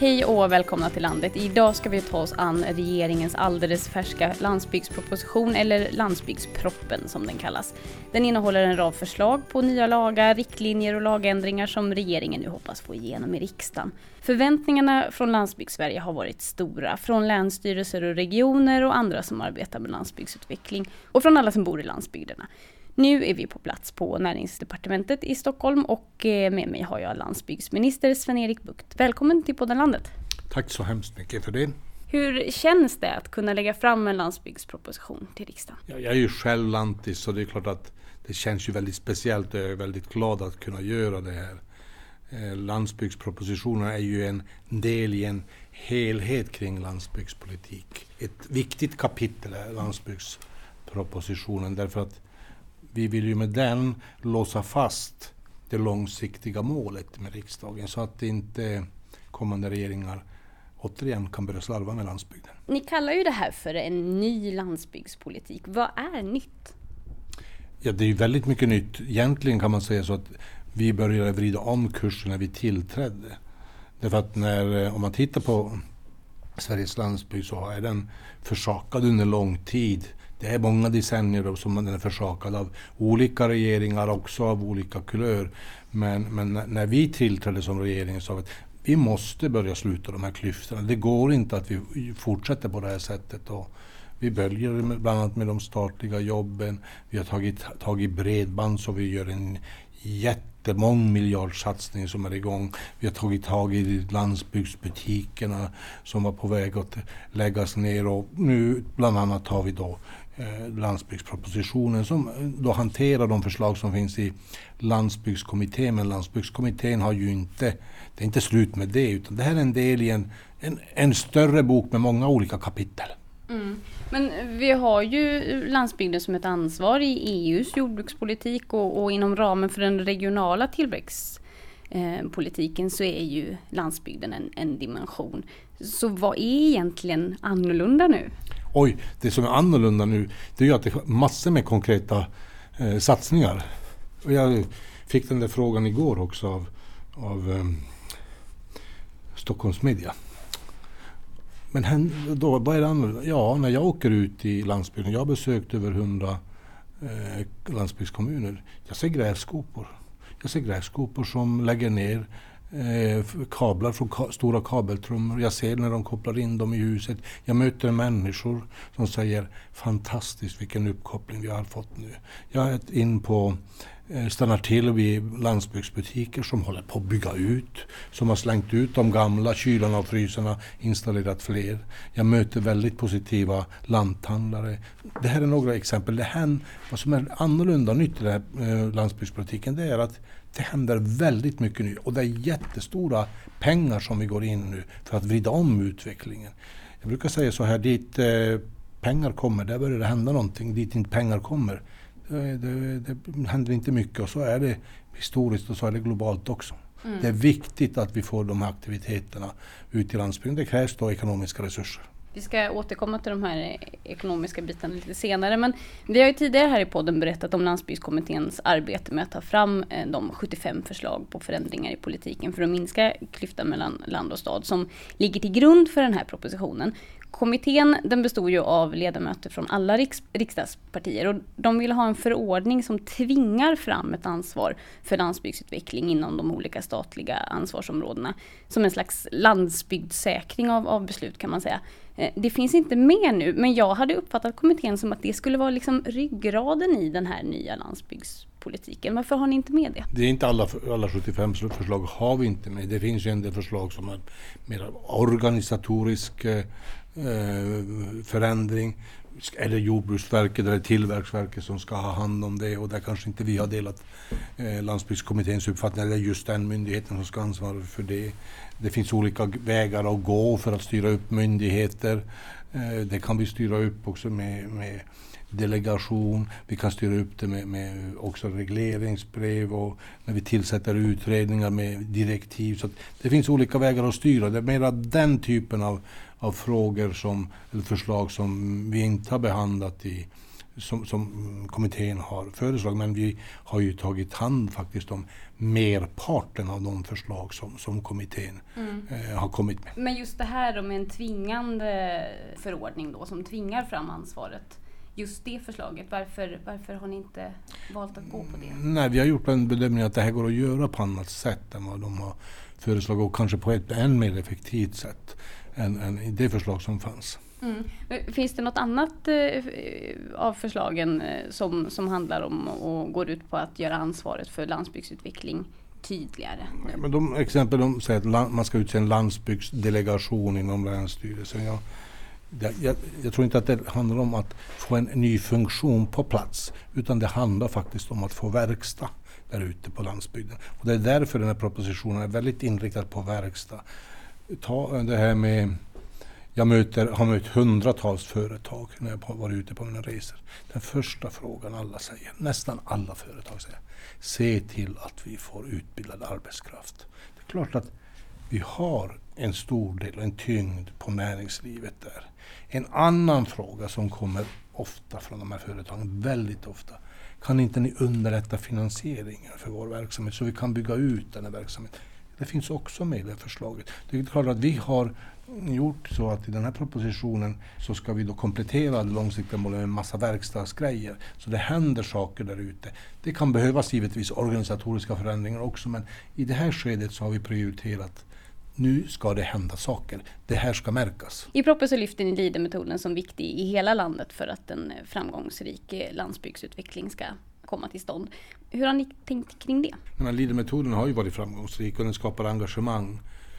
Hej och välkomna till landet. Idag ska vi ta oss an regeringens alldeles färska landsbygdsproposition, eller landsbygdsproppen som den kallas. Den innehåller en rad förslag på nya lagar, riktlinjer och lagändringar som regeringen nu hoppas få igenom i riksdagen. Förväntningarna från Landsbygdssverige har varit stora, från länsstyrelser och regioner och andra som arbetar med landsbygdsutveckling och från alla som bor i landsbygderna. Nu är vi på plats på Näringsdepartementet i Stockholm och med mig har jag landsbygdsminister Sven-Erik Bucht. Välkommen till Podden Landet. Tack så hemskt mycket för det. Hur känns det att kunna lägga fram en landsbygdsproposition till riksdagen? Jag är ju själv lantis, så det är klart att det känns ju väldigt speciellt och jag är väldigt glad att kunna göra det här. Landsbygdspropositionen är ju en del i en helhet kring landsbygdspolitik. Ett viktigt kapitel är landsbygdspropositionen därför att vi vill ju med den låsa fast det långsiktiga målet med riksdagen så att inte kommande regeringar återigen kan börja slarva med landsbygden. Ni kallar ju det här för en ny landsbygdspolitik. Vad är nytt? Ja, det är ju väldigt mycket nytt. Egentligen kan man säga så att vi började vrida om kursen när vi tillträdde. Därför att om man tittar på Sveriges landsbygd så är den försakad under lång tid. Det är många decennier som den är försakad av olika regeringar, också av olika kulör. Men när vi tillträdde som regering så att vi måste börja sluta de här klyftorna. Det går inte att vi fortsätter på det här sättet. Och vi börjar bland annat med de statliga jobben. Vi har tagit bredband så vi gör en jättemångmiljardsatsning som är igång. Vi har tagit tag i landsbygdsbutikerna som var på väg att läggas ner. Och nu bland annat har vi då landsbygdspropositionen som då hanterar de förslag som finns i landsbygdskommittén. Men landsbygdskommittén har ju inte, det är inte slut med det utan det här är en del i en större bok med många olika kapitel. Mm. Men vi har ju landsbygden som ett ansvar i EUs jordbrukspolitik och inom ramen för den regionala tillväxtpolitiken så är ju landsbygden en dimension. Så vad är egentligen annorlunda nu? Oj, det som är annorlunda nu det är ju att det är massor med konkreta satsningar. Och jag fick den där frågan igår också av Stockholms media. Men då, vad är det annorlunda? Ja, när jag åker ut i landsbygden, jag har besökt över 100 landsbygdskommuner, jag ser grävskopor. Jag ser grävskopor som lägger ner kablar från stora kabeltrummor. Jag ser när de kopplar in dem i huset. Jag möter människor som säger fantastiskt vilken uppkoppling vi har fått nu. Jag är stannar till vid landsbygdsbutiker som håller på att bygga ut. Som har slängt ut de gamla kylarna och frysarna, installerat fler. Jag möter väldigt positiva lanthandlare. Det här är några exempel. Vad som är annorlunda nytt i den här landsbygdspolitiken det är att det händer väldigt mycket nu och det är jättestora pengar som vi går in nu för att vrida om utvecklingen. Jag brukar säga så här, dit pengar kommer, där börjar det hända någonting. Dit inte pengar kommer, det händer inte mycket och så är det historiskt och så är det globalt också. Mm. Det är viktigt att vi får de här aktiviteterna ut i landsbygden. Det krävs då ekonomiska resurser. Vi ska återkomma till de här ekonomiska bitarna lite senare, men vi har ju tidigare här i podden berättat om landsbygdskommitténs arbete med att ta fram de 75 förslag på förändringar i politiken för att minska klyftan mellan land och stad som ligger till grund för den här propositionen. Kommittén den bestod ju av ledamöter från alla riksdagspartier och de vill ha en förordning som tvingar fram ett ansvar för landsbygdsutveckling inom de olika statliga ansvarsområdena. Som en slags landsbygdssäkring av beslut kan man säga. Det finns inte med nu, men jag hade uppfattat kommittén som att det skulle vara liksom ryggraden i den här nya landsbygdspolitiken. Varför har ni inte med det? Det är inte alla 75 förslag har vi inte med. Det finns ju en del förslag som är mer organisatorisk förändring. Är det Jordbruksverket eller Tillväxtverket som ska ha hand om det och där kanske inte vi har delat landsbygdskommitténs uppfattning eller just den myndigheten som ska ansvara för det. Det finns olika vägar att gå för att styra upp myndigheter. Det kan vi styra upp också med delegation. Vi kan styra upp det med också regleringsbrev och när vi tillsätter utredningar med direktiv. Så att det finns olika vägar att styra. Det är mer den typen av frågor eller förslag som vi inte har behandlat i som kommittén har föreslagit, men vi har ju tagit hand faktiskt om merparten av de förslag som kommittén har kommit med. Men just det här då med en tvingande förordning då som tvingar fram ansvaret, just det förslaget, varför har ni inte valt att gå på det? Nej, vi har gjort en bedömning att det här går att göra på annat sätt än vad de har föreslagit, och kanske på ett än mer effektivt sätt än i det förslag som fanns. Finns det något annat av förslagen som handlar om och går ut på att göra ansvaret för landsbygdsutveckling tydligare? Ja, men de exempel de säger att man ska utse en landsbygdsdelegation inom länsstyrelsen. Jag tror inte att det handlar om att få en ny funktion på plats, utan det handlar faktiskt om att få verkstad där ute på landsbygden. Och det är därför den här propositionen är väldigt inriktad på verkstad. Ta det här med, jag har mött hundratals företag när jag har varit ute på mina resor. Den första frågan alla säger, nästan alla företag säger, se till att vi får utbildad arbetskraft. Det är klart att vi har en stor del och en tyngd på näringslivet där. En annan fråga som kommer ofta från de här företagen, väldigt ofta, kan inte ni underlätta finansieringen för vår verksamhet så vi kan bygga ut den här verksamheten? Det finns också med i det förslaget. Det är klart att vi har gjort så att i den här propositionen så ska vi då komplettera det långsiktiga målet med en massa verkstadsgrejer. Så det händer saker där ute. Det kan behövas givetvis organisatoriska förändringar också, men i det här skedet så har vi prioriterat nu ska det hända saker. Det här ska märkas. I propositionen lyfter ni Leader-metoden som viktig i hela landet för att en framgångsrik landsbygdsutveckling ska komma till stånd. Hur har ni tänkt kring det? Leader-metoden har ju varit framgångsrik och den skapar engagemang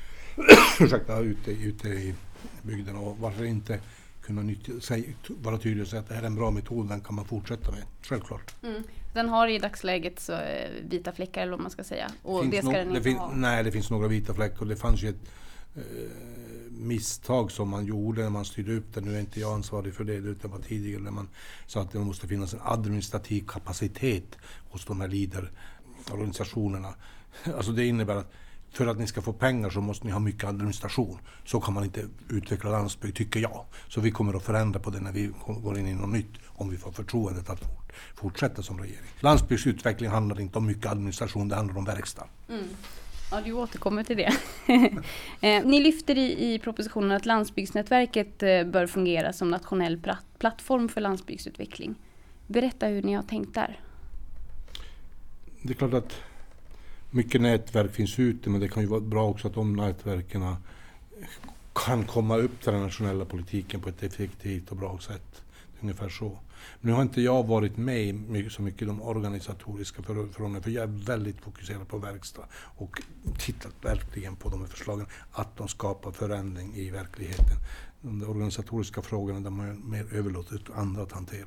ute i bygden, och varför inte kunna vara tydlig och säga att det här är en bra metod, den kan man fortsätta med, självklart. Den har i dagsläget så vita fläckar eller vad man ska säga, och det ska den inte ha. Nej, det finns några vita fläckar, och det fanns ju ett misstag som man gjorde när man styrde upp det. Nu är inte jag ansvarig för det, utan var tidigare när man sa att det måste finnas en administrativ kapacitet hos de här leaderorganisationerna. Alltså det innebär att för att ni ska få pengar så måste ni ha mycket administration. Så kan man inte utveckla landsbygd, tycker jag. Så vi kommer att förändra på det när vi går in i något nytt, om vi får förtroendet att fortsätta som regering. Landsbygdsutveckling handlar inte om mycket administration, det handlar om verkstad. Ja, du återkommer till det. Ni lyfter i propositionen att landsbygdsnätverket bör fungera som nationell plattform för landsbygdsutveckling. Berätta hur ni har tänkt där. Det är klart att mycket nätverk finns ute, men det kan ju vara bra också att de nätverken kan komma upp till den nationella politiken på ett effektivt och bra sätt. Ungefär så. Men nu har inte jag varit med så mycket i de organisatoriska förhållandena, för jag är väldigt fokuserad på verkstad och tittat verkligen på de här förslagen, att de skapar förändring i verkligheten. De organisatoriska frågorna där man mer överlåtit andra att hantera.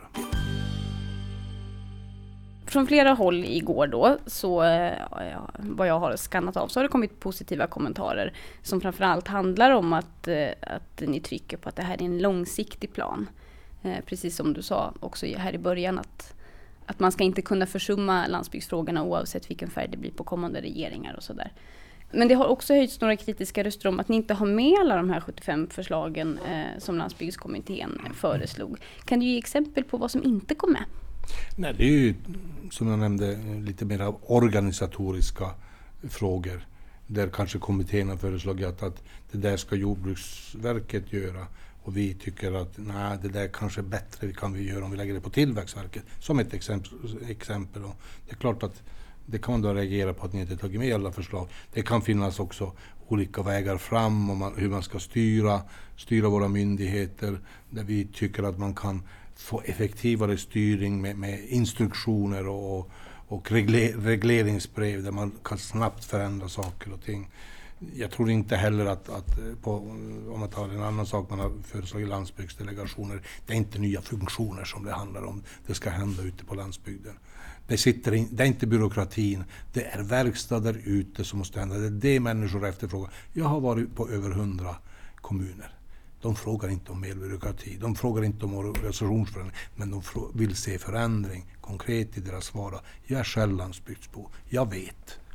Från flera håll igår då, så vad jag har skannat av, så har det kommit positiva kommentarer som framförallt handlar om att ni trycker på att det här är en långsiktig plan. Precis som du sa också här i början, att man ska inte kunna försumma landsbygdsfrågorna oavsett vilken färg det blir på kommande regeringar och sådär. Men det har också höjts några kritiska röster om att ni inte har med alla de här 75 förslagen som landsbygdskommittén föreslog. Kan du ge exempel på vad som inte kom med? Nej, det är ju som jag nämnde lite mer av organisatoriska frågor där kanske kommittén har föreslagit att det där ska Jordbruksverket göra, och vi tycker att nej, det där kanske bättre kan vi göra om vi lägger det på Tillväxtverket som ett exempel. Och det är klart att det kan man då reagera på att ni inte tagit med alla förslag. Det kan finnas också olika vägar fram om hur man ska styra våra myndigheter, där vi tycker att man kan få effektivare styrning med instruktioner och regleringsbrev där man kan snabbt förändra saker och ting. Jag tror inte heller att om man tar en annan sak man har föreslagit landsbygdsdelegationer, det är inte nya funktioner som det handlar om. Det ska hända ute på landsbygden. Det är inte byråkratin, det är verkstad där ute som måste hända. Det är det människor efterfrågar. Jag har varit på över 100 kommuner. De frågar inte om mer byråkrati, de frågar inte om organisationsförändring, men de vill se förändring konkret i deras vardag. Jag är själv landsbygdsbo, jag vet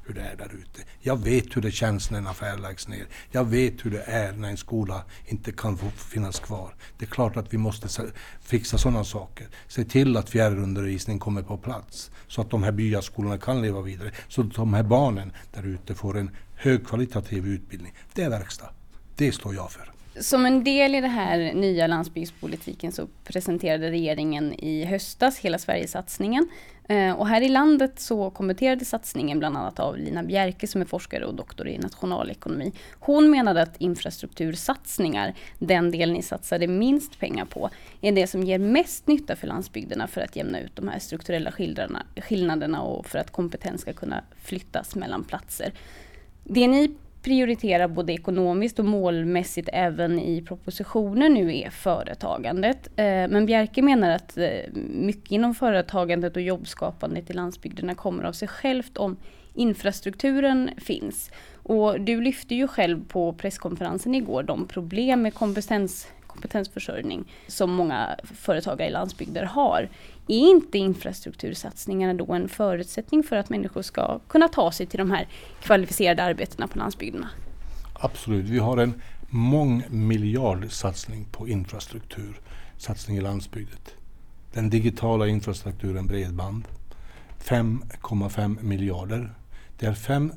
hur det är där ute. Jag vet hur det känns när en affär läggs ner. Jag vet hur det är när en skola inte kan få finnas kvar. Det är klart att vi måste fixa sådana saker. Se till att fjärrundervisning kommer på plats. Så att de här byaskolorna kan leva vidare. Så att de här barnen där ute får en högkvalitativ utbildning. Det är verkstad. Det står jag för. Som en del i det här nya landsbygdspolitiken så presenterade regeringen i höstas hela Sverigesatsningen. Och här i landet så kommenterade satsningen bland annat av Lina Bjerke som är forskare och doktor i nationalekonomi. Hon menade att infrastruktursatsningar, den del ni satsade minst pengar på, är det som ger mest nytta för landsbygderna för att jämna ut de här strukturella skillnaderna och för att kompetens ska kunna flyttas mellan platser. Det ni prioriterar både ekonomiskt och målmässigt även i propositionen nu är företagandet. Men Bjerke menar att mycket inom företagandet och jobbskapandet i landsbygderna kommer av sig självt om infrastrukturen finns. Och du lyfte ju själv på presskonferensen igår de problem med kompetensförsörjning som många företagare i landsbygder har. Är inte infrastruktursatsningarna då en förutsättning för att människor ska kunna ta sig till de här kvalificerade arbetena på landsbygderna? Absolut. Vi har en mångmiljardsatsning på infrastruktur, satsning i landsbygden. Den digitala infrastrukturen, bredband, 5,5 miljarder. Det är 5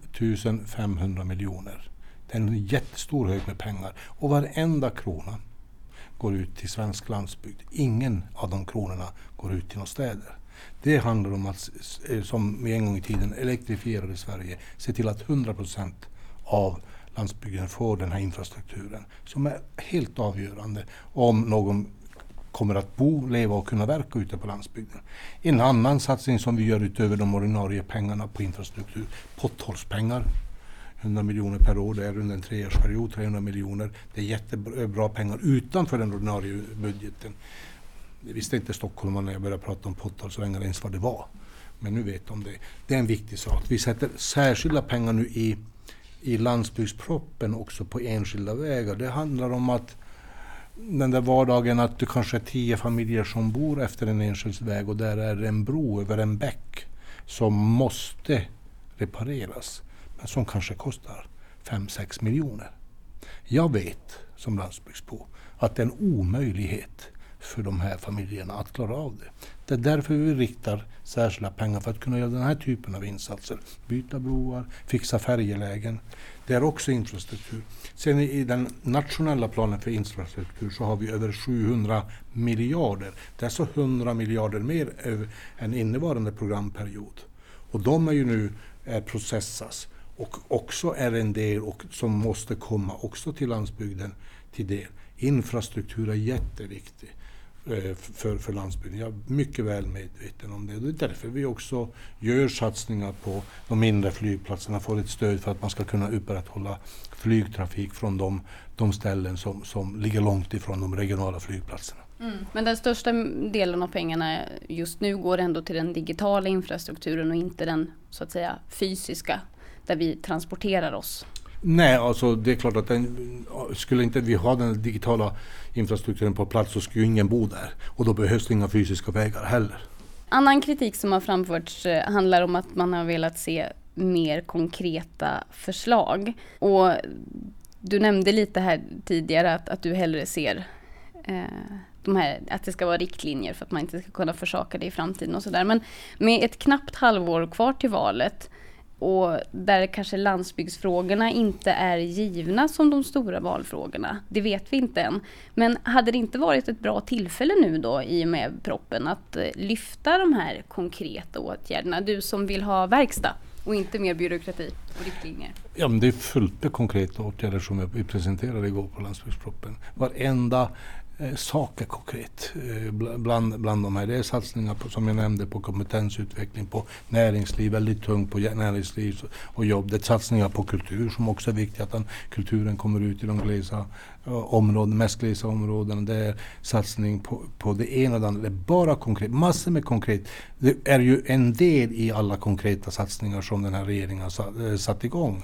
500 miljoner. Det är en jättestor hög med pengar. Och varenda krona går ut till svensk landsbygd. Ingen av de kronorna går ut till några städer. Det handlar om att, som vi en gång i tiden elektrifierade Sverige, se till att 100% av landsbygden får den här infrastrukturen som är helt avgörande om någon kommer att bo, leva och kunna verka ute på landsbygden. En annan satsning som vi gör utöver de ordinarie pengarna på infrastruktur, potthållspengar. 100 miljoner per år, det är under en 3-årsperiod, 300 miljoner. Det är jättebra pengar utanför den ordinarie budgeten. Det visste inte stockholmarna när jag började prata om potthåll så länge ens vad det var. Men nu vet de det. Det är en viktig sak. Vi sätter särskilda pengar nu i landsbygdsproppen också på enskilda vägar. Det handlar om att den där vardagen att det kanske är 10 familjer som bor efter en enskild väg och där är en bro över en bäck som måste repareras. Men som kanske kostar 5-6 miljoner. Jag vet som landsbygdsbo att det är en omöjlighet för de här familjerna att klara av det. Det är därför vi riktar särskilda pengar för att kunna göra den här typen av insatser. Byta broar, fixa färjelägen. Det är också infrastruktur. Sen i den nationella planen för infrastruktur så har vi över 700 miljarder. Det är så 100 miljarder mer än innevarande programperiod. Och de är ju nu processas. Och också är en del som måste komma också till landsbygden till del. Infrastruktur är jätteviktig för landsbygden. Jag är mycket väl medveten om det. Det är därför vi också gör satsningar på de mindre flygplatserna, får ett stöd för att man ska kunna upprätthålla flygtrafik från de ställen som ligger långt ifrån de regionala flygplatserna. Men den största delen av pengarna just nu går ändå till den digitala infrastrukturen och inte den så att säga fysiska där vi transporterar oss. Nej, alltså det är klart att skulle inte vi ha den digitala infrastrukturen på plats så skulle ingen bo där. Och då behövs det inga fysiska vägar heller. Annan kritik som har framförts handlar om att man har velat se mer konkreta förslag. Och du nämnde lite här tidigare att du hellre ser att det ska vara riktlinjer för att man inte ska kunna försaka det i framtiden och sådär. Men med ett knappt halvår kvar till valet och där kanske landsbygdsfrågorna inte är givna som de stora valfrågorna. Det vet vi inte än. Men hade det inte varit ett bra tillfälle nu då i och med proppen att lyfta de här konkreta åtgärderna? Du som vill ha verkstad och inte mer byråkrati och riktlinjer. Ja, men det är fullt med konkreta åtgärder som vi presenterade igår på landsbygdsproppen. Varenda sak är konkret bland de här. Det är satsningar på, som jag nämnde, på kompetensutveckling, på näringsliv, väldigt tungt på näringsliv och jobb. Det är satsningar på kultur som också är viktigt, att kulturen kommer ut i de glesa områden, mest glesa områden. Det är satsning på det ena och det andra. Det är bara konkret, massor med konkret. Det är ju en del i alla konkreta satsningar som den här regeringen har satt igång.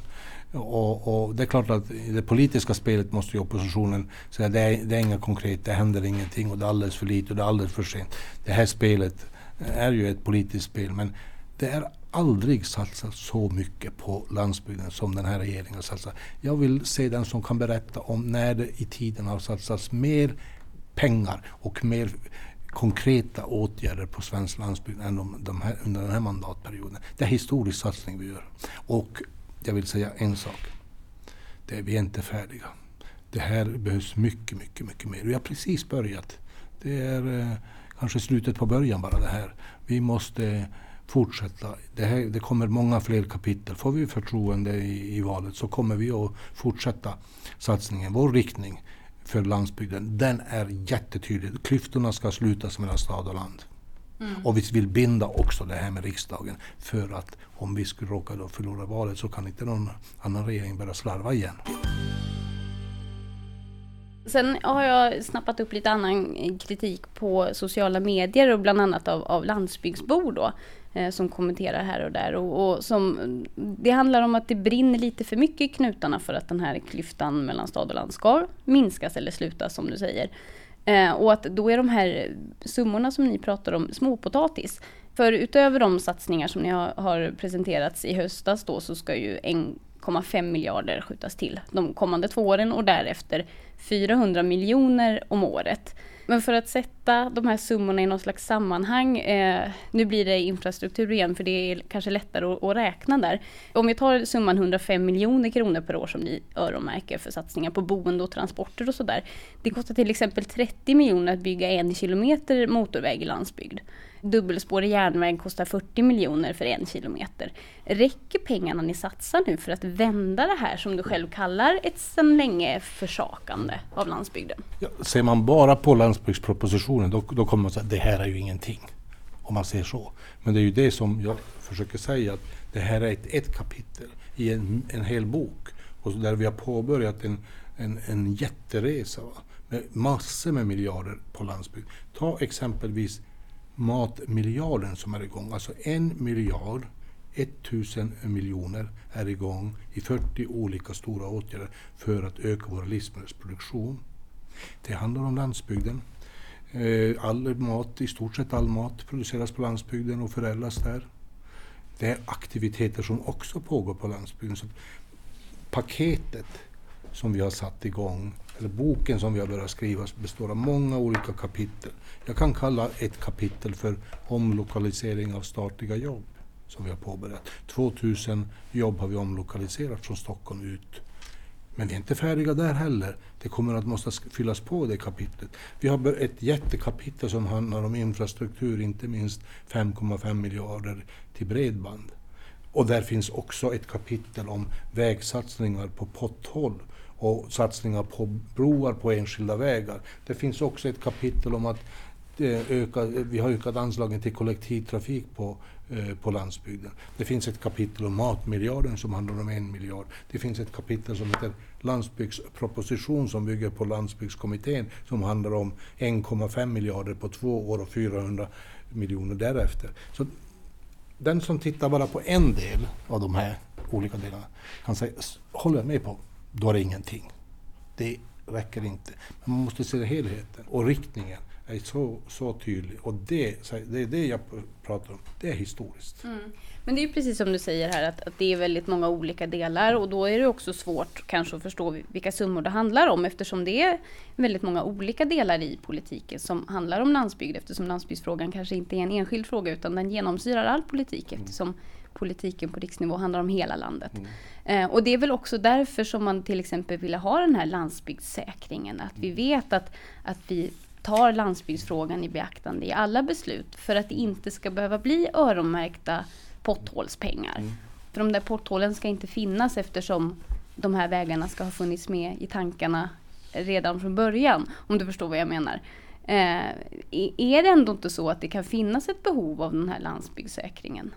Och det är klart att i det politiska spelet måste ju oppositionen säga det är inga konkret, det händer ingenting och det är alldeles för lite och det är alldeles för sent. Det här spelet är ju ett politiskt spel, men det är aldrig satsat så mycket på landsbygden som den här regeringen har satsat. Jag vill se den som kan berätta om när det i tiden har satsats mer pengar och mer konkreta åtgärder på svensk landsbygd än under den här mandatperioden. Det är historisk satsning vi gör. Och jag vill säga en sak. Vi är inte färdiga. Det här behövs mycket mer. Vi har precis börjat. Det är kanske slutet på början bara det här. Vi måste fortsätta. Det kommer många fler kapitel. Får vi förtroende i valet så kommer vi att fortsätta satsningen. Vår riktning för landsbygden, den är jättetydlig. Klyftorna ska slutas mellan stad och land. Och vi vill binda också det här med riksdagen, för att om vi skulle råka då förlora valet så kan inte någon annan regering börja slarva igen. Sen har jag snappat upp lite annan kritik på sociala medier och bland annat av landsbygdsbor då, som kommenterar här och där. Och det handlar om att det brinner lite för mycket i knutarna för att den här klyftan mellan stad och land ska minskas eller slutas, som du säger. Och att då är de här summorna som ni pratar om småpotatis. För utöver de satsningar som ni har presenterats i höstas då, så ska ju 1,5 miljarder skjutas till de kommande 2 åren och därefter 400 miljoner om året. Men för att sätta de här summorna i någon slags sammanhang, nu blir det infrastruktur igen för det är kanske lättare att räkna där. Om vi tar summan 105 miljoner kronor per år som ni öronmärker för satsningar på boende och transporter och sådär. Det kostar till exempel 30 miljoner att bygga 1 kilometer motorväg i landsbygd. Dubbelspårig järnväg kostar 40 miljoner för 1 kilometer. Räcker pengarna ni satsar nu för att vända det här som du själv kallar ett sedan länge försakande av landsbygden? Ja, ser man bara på landsbygdspropositionen då kommer man säga att det här är ju ingenting. Om man ser så. Men det är ju det som jag försöker säga, att det här är ett kapitel i en hel bok. Och där vi har påbörjat en jätteresa, va? Med massor med miljarder på landsbygd. Ta exempelvis matmiljarden som är igång. Alltså 1 miljard, 1000 miljoner är igång i 40 olika stora åtgärder för att öka vår livsmedelsproduktion. Det handlar om landsbygden. I stort sett all mat produceras på landsbygden och förädlas där. Det är aktiviteter som också pågår på landsbygden. Så paketet som vi har satt igång, eller boken som vi har börjat skriva, består av många olika kapitel. Jag kan kalla ett kapitel för omlokalisering av statliga jobb som vi har påbörjat. 2000 jobb har vi omlokaliserat från Stockholm ut. Men vi är inte färdiga där heller. Det kommer att måste fyllas på det kapitlet. Vi har ett jättekapitel som handlar om infrastruktur, inte minst 5,5 miljarder till bredband. Och där finns också ett kapitel om vägsatsningar på potthåll och satsningar på broar på enskilda vägar. Det finns också ett kapitel om att vi har ökat anslagen till kollektivtrafik på landsbygden. Det finns ett kapitel om matmiljarden som handlar om 1 miljard. Det finns ett kapitel som heter landsbygdsproposition som bygger på landsbygdskommittén som handlar om 1,5 miljarder på 2 år och 400 miljoner därefter. Så den som tittar bara på en del av de här olika delarna kan säga, håller jag med på, då är det ingenting. Det räcker inte. Men man måste se helheten och riktningen är så tydlig. Och det är det jag pratar om. Det är historiskt. Men det är ju precis som du säger här att det är väldigt många olika delar och då är det också svårt kanske att förstå vilka summor det handlar om eftersom det är väldigt många olika delar i politiken som handlar om landsbygd eftersom landsbygdsfrågan kanske inte är en enskild fråga utan den genomsyrar all politik eftersom politiken på riksnivå handlar om hela landet. Och det är väl också därför som man till exempel vill ha den här landsbygdssäkringen. Att vi vet att vi tar landsbygdsfrågan i beaktande i alla beslut för att det inte ska behöva bli öronmärkta potthålspengar. För de där potthålen ska inte finnas eftersom de här vägarna ska ha funnits med i tankarna redan från början, om du förstår vad jag menar. Är det ändå inte så att det kan finnas ett behov av den här landsbygdssäkringen?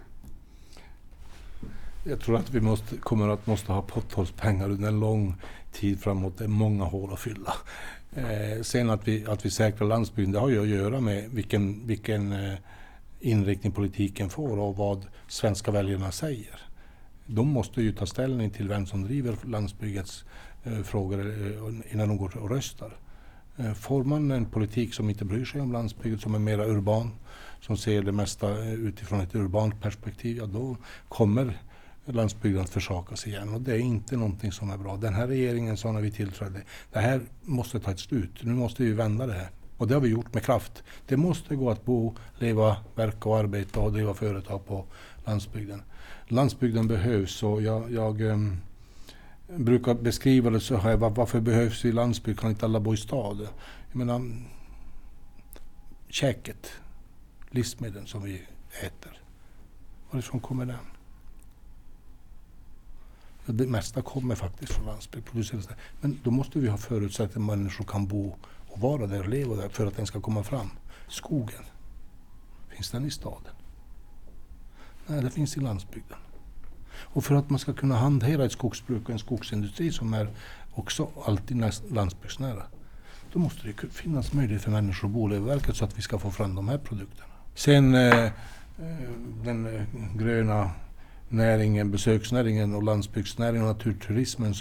Jag tror att vi måste ha potthålspengar under en lång tid framåt. Det är många hål att fylla. Sen att vi säkrar landsbygden, det har ju att göra med vilken inriktning politiken får och vad svenska väljarna säger. De måste ju ta ställning till vem som driver landsbygdets frågor innan de går och röstar. Får man en politik som inte bryr sig om landsbygden, som är mer urban, som ser det mesta utifrån ett urbant perspektiv, ja, då kommer landsbygden att försakas igen. Och det är inte någonting som är bra. Den här regeringen sa när vi tillträdde, det här måste ta ett slut. Nu måste vi vända det här. Och det har vi gjort med kraft. Det måste gå att bo, leva, verka och arbeta och driva företag på landsbygden. Landsbygden behövs, och jag brukar beskriva det så här, varför behövs vi landsbygd? Kan inte alla bo i stad? Jag menar, käket, livsmedel som vi äter, varifrån kommer den? Det mesta kommer faktiskt från landsbygd, produceras där. Men då måste vi ha förutsättningar att människor kan bo och vara där och leva där för att den ska komma fram. Skogen, finns den i staden? Nej, det finns i landsbygden. Och för att man ska kunna hantera ett skogsbruk och en skogsindustri som är också alltid landsbygdsnära, då måste det finnas möjlighet för människor att bo och leva i verket så att vi ska få fram de här produkterna. Sen den gröna näringen, besöksnäringen och landsbygdsnäringen och naturturismen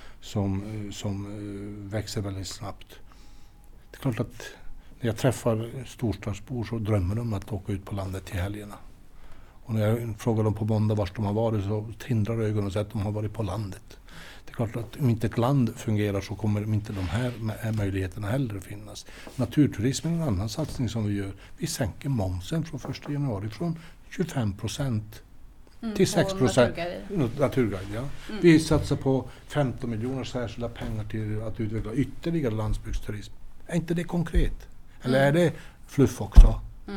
som växer väldigt snabbt. Det är klart att när jag träffar storstadsbor så drömmer de att åka ut på landet till helgerna. Och när jag frågar dem på måndag var de har varit så tindrar ögonen och säger att de har varit på landet. Det är klart att om inte ett land fungerar så kommer inte de här möjligheterna heller att finnas. Naturturismen är en annan satsning som vi gör. Vi sänker momsen från 1 januari från 25% till 6%. Naturguide, ja. Vi satsar på 15 miljoner särskilda pengar till att utveckla ytterligare landsbygdsturism. Är inte det konkret? Eller är det fluff också?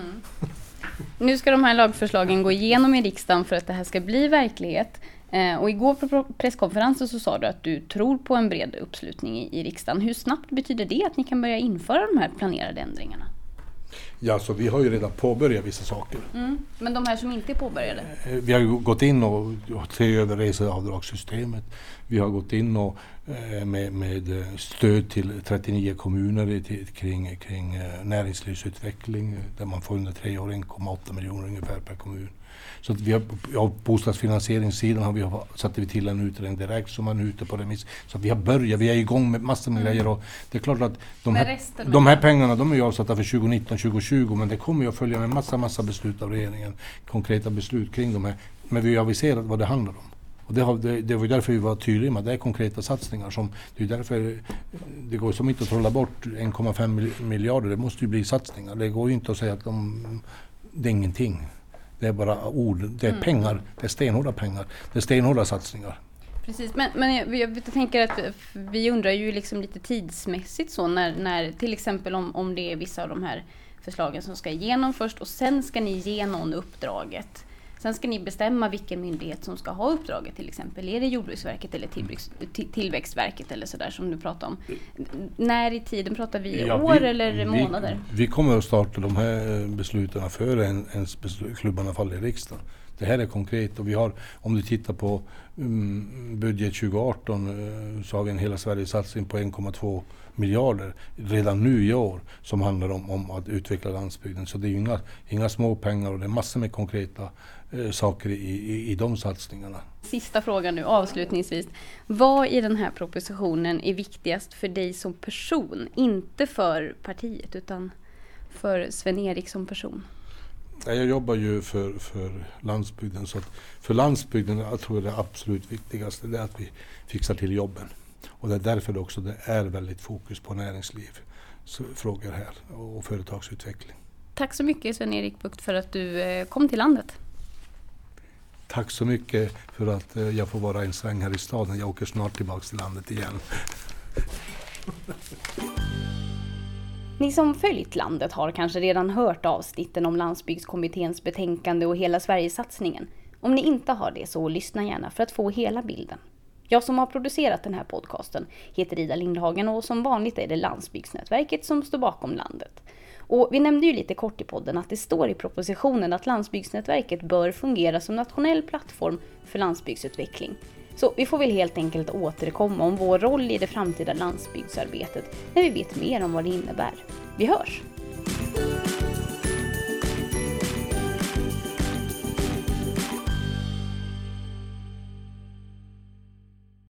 Nu ska de här lagförslagen gå igenom i riksdagen för att det här ska bli verklighet. Och igår på presskonferensen så sa du att du tror på en bred uppslutning i riksdagen. Hur snabbt betyder det att ni kan börja införa de här planerade ändringarna? Ja, så vi har ju redan påbörjat vissa saker. Men de här som inte är påbörjade? Vi har ju gått in och sett över reseavdragssystemet. Vi har gått in och med stöd till 39 kommuner kring näringslivsutveckling där man får under 3 år 1,8 miljoner ungefär per kommun. Så att vi har, bostadsfinansieringssidan satte vi till en utredning direkt som man är ute på remiss. Så att vi är igång med massor med grejer, och det är klart att de här pengarna de är ju avsatta för 2019-2020, men det kommer ju att följa med massa beslut av regeringen, konkreta beslut kring de här. Men vi har aviserat vad det handlar om. Och det var därför vi var tydliga med att det är konkreta satsningar. Det är därför det går som inte att trolla bort 1,5 miljarder, det måste ju bli satsningar. Det går ju inte att säga att det är ingenting. Det är bara ord, det är pengar, det är stenhårda pengar, det är stenhårda satsningar. Precis, men jag tänker att vi undrar ju liksom lite tidsmässigt så när till exempel om det är vissa av de här förslagen som ska igenom först och sen ska ni ge någon uppdraget. Sen ska ni bestämma vilken myndighet som ska ha uppdraget, till exempel. Är det Jordbruksverket eller Tillväxtverket eller sådär som du pratar om? När i tiden pratar vi? År eller månader? Vi kommer att starta de här besluten före ens klubbarna faller i riksdagen. Det här är konkret, och vi har, om du tittar på budget 2018 så har vi en hela Sverige satsning på 1,2 miljarder redan nu i år som handlar om att utveckla landsbygden. Så det är inga små pengar, och det är massor med konkreta saker i de satsningarna. Sista frågan nu, avslutningsvis. Vad i den här propositionen är viktigast för dig som person? Inte för partiet utan för Sven-Erik som person. Jag jobbar ju för landsbygden, så att för landsbygden jag tror jag det absolut viktigaste är att vi fixar till jobben. Och det är därför det är väldigt fokus på näringslivsfrågor här och företagsutveckling. Tack så mycket Sven-Erik Bucht för att du kom till landet. Tack så mycket för att jag får vara en sväng här i staden. Jag åker snart tillbaka till landet igen. Ni som följt landet har kanske redan hört avsnitten om Landsbygdskommitténs betänkande och hela Sverigesatsningen. Om ni inte har det så lyssna gärna för att få hela bilden. Jag som har producerat den här podcasten heter Ida Lindhagen, och som vanligt är det Landsbygdsnätverket som står bakom landet. Och vi nämnde ju lite kort i podden att det står i propositionen att Landsbygdsnätverket bör fungera som nationell plattform för landsbygdsutveckling. Så vi får väl helt enkelt återkomma om vår roll i det framtida landsbygdsarbetet när vi vet mer om vad det innebär. Vi hörs!